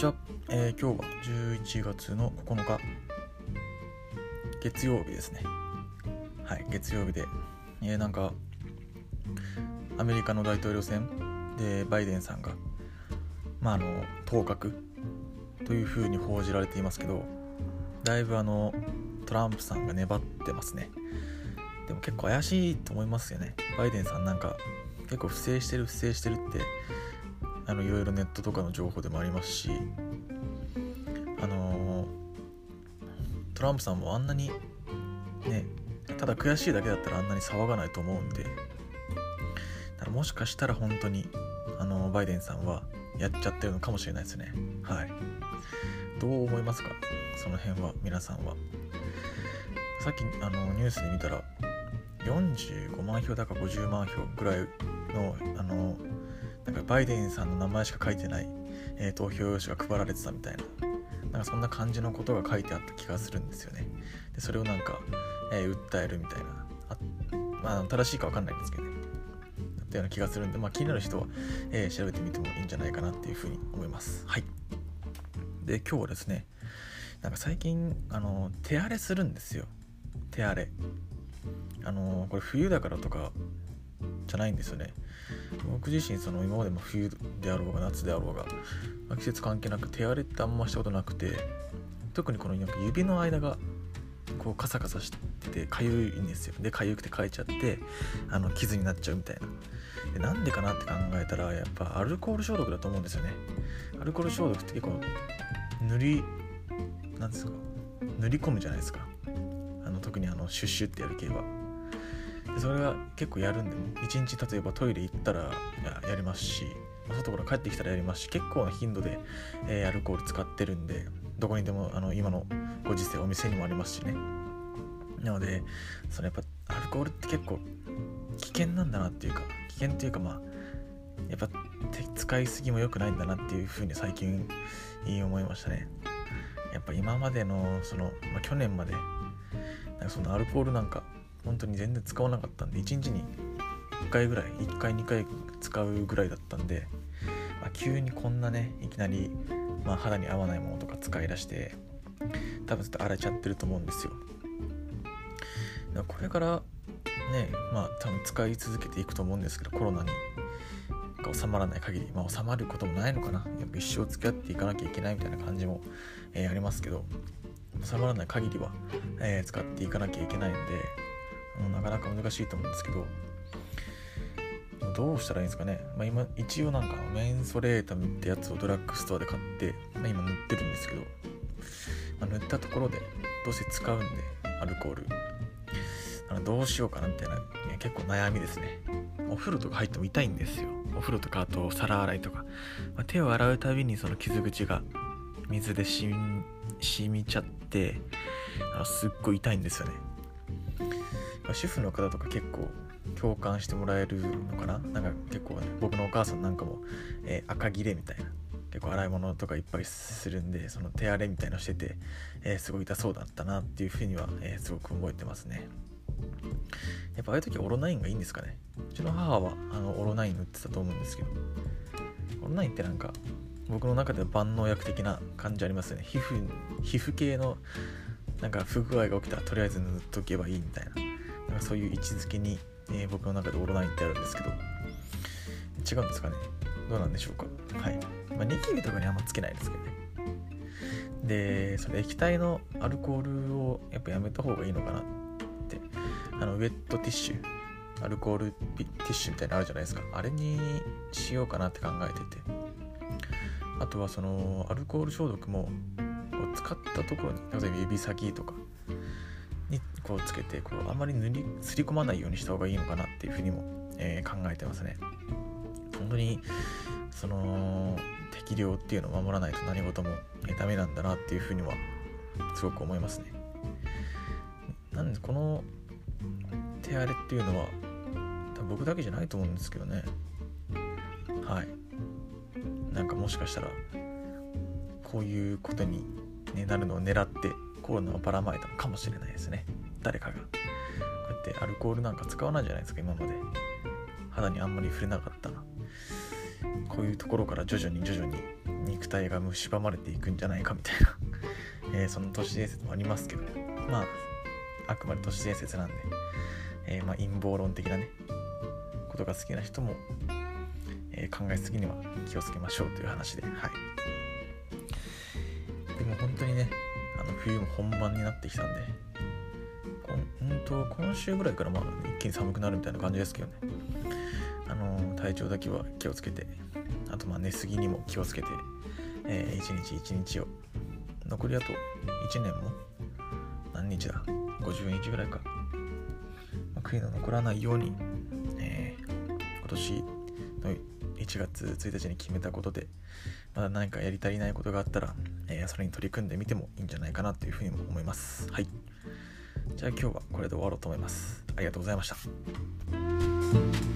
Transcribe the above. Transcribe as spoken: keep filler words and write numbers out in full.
ちは、えー、今日はじゅういちがつのここのか月曜日ですね。はい月曜日で、えー、なんかアメリカの大統領選でバイデンさんがまああの当確というふうに報じられていますけど、だいぶあのトランプさんが粘ってますね。でも結構怪しいと思いますよね。バイデンさんなんか結構不正してる不正してるってあのいろいろネットとかの情報でもありますし、あのー、トランプさんもあんなにね、ただ悔しいだけだったらあんなに騒がないと思うんで、だからもしかしたら本当にあのバイデンさんはやっちゃってるのかもしれないですね。はい。どう思いますか、その辺は皆さんは。さっきあのニュースで見たらよんじゅうごまんひょうだかごじゅうまんひょうぐらいのあのなんかバイデンさんの名前しか書いてない、えー、投票用紙が配られてたみたいな、なんかそんな感じのことが書いてあった気がするんですよね。でそれをなんか、えー、訴えるみたいな、あ、まあ、正しいか分かんないんですけどね、だったような気がするんで、まあ、気になる人は、えー、調べてみてもいいんじゃないかなっていうふうに思います。はい。で今日はですね、なんか最近あの手荒れするんですよ。手荒れあのこれ冬だからとかじゃないんですよね。僕自身その今までも冬であろうが夏であろうが、まあ、季節関係なく手荒れってあんましたことなくて、特にこのなんか指の間がこうカサカサしててかゆいんですよ。でかゆくてかいちゃってあの傷になっちゃうみたいな。でなんでかなって考えたらやっぱアルコール消毒だと思うんですよね。アルコール消毒って結構塗りなんですか塗り込むじゃないですか。あの特にあのシュッシュってやる系は。でそれは結構やるんで、一日例えばトイレ行ったら や, やりますし、外から帰ってきたらやりますし、結構な頻度で、えー、アルコール使ってるんで、どこにでもあの今のご時世お店にもありますしね。なのでそれやっぱアルコールって結構危険なんだなっていうか危険っていうかまあやっぱ使いすぎも良くないんだなっていうふうに最近思いましたね。やっぱ今までのその、まあ、去年までなんかそのアルコールなんか本当に全然使わなかったんで、いちにちにいっかいぐらいいっかいにかい使うぐらいだったんで、まあ、急にこんなねいきなり、まあ、肌に合わないものとか使い出して多分ちょっと荒れちゃってると思うんですよ。だからこれからねまあ多分使い続けていくと思うんですけど、コロナにが収まらない限り、まあ収まることもないのかな、やっぱ一生付き合っていかなきゃいけないみたいな感じも、えー、ありますけど、収まらない限りは、えー、使っていかなきゃいけないんで、なかなか難しいと思うんですけど、どうしたらいいんですかね。まあ、今一応なんかメンソレータムってやつをドラッグストアで買って、まあ、今塗ってるんですけど、まあ、塗ったところでどうせ使うんでアルコールあのどうしようかなみたいな、結構悩みですね。お風呂とか入っても痛いんですよ。お風呂とかあと皿洗いとか、まあ、手を洗うたびにその傷口が水でしみ、染みちゃってあのすっごい痛いんですよね。主婦の方とか結構共感してもらえるのかな。なんか結構、ね、僕のお母さんなんかも、えー、赤切れみたいな結構洗い物とかいっぱいするんで、その手荒れみたいなのしてて、えー、すごい痛そうだったなっていうふうには、えー、すごく覚えてますね。やっぱああいう時はオロナインがいいんですかね。うちの母はあのオロナイン塗ってたと思うんですけど、オロナインってなんか僕の中では万能薬的な感じありますよね。皮膚皮膚系のなんか不具合が起きたらとりあえず塗っとけばいいみたいな、なんかそういう位置づけに、えー、僕の中でオロナインってあるんですけど、違うんですかね。どうなんでしょうか。はい。まあ、ニキビとかにあんまつけないですけどね。で、それ液体のアルコールをやっぱやめた方がいいのかなって、あのウェットティッシュ、アルコールティッシュみたいなのあるじゃないですか。あれにしようかなって考えてて、あとはそのアルコール消毒も使ったところに例えば指先とかにこうつけてこうあまり塗りすり込まないようにした方がいいのかなっていうふうにも、えー、考えてますね。本当にその適量っていうのを守らないと何事も、えー、ダメなんだなっていうふうにはすごく思いますね。なんでこの手荒れっていうのは多分僕だけじゃないと思うんですけどね。はい。なんかもしかしたらこういうことに、ね、なるのを狙ってコロナをばらまいたのかもしれないですね。誰かがこうやってアルコールなんか使わないじゃないですか。今まで肌にあんまり触れなかったら、 こういうところから徐々に徐々に肉体が蝕まれていくんじゃないかみたいな、えー、その都市伝説もありますけど、まああくまで都市伝説なんで、えー、まあ陰謀論的なねことが好きな人も、えー、考えすぎには気をつけましょうという話で、はい。でも本当にね、あの冬も本番になってきたんで、こん本当今週ぐらいからまあ一気に寒くなるみたいな感じですけどね。あのー、体調だけは気をつけて、あとまあ寝すぎにも気をつけて、えー、一日一日を残りあといちねんも何日だごじゅうにちぐらいか、まあ、悔いの残らないように、えー、今年のいちがつついたちに決めたことでまだ何かやり足りないことがあったら、えー、それに取り組んでみてもいいんじゃないかなというふうにも思います。はい、じゃあ今日はこれで終わろうと思います。ありがとうございました。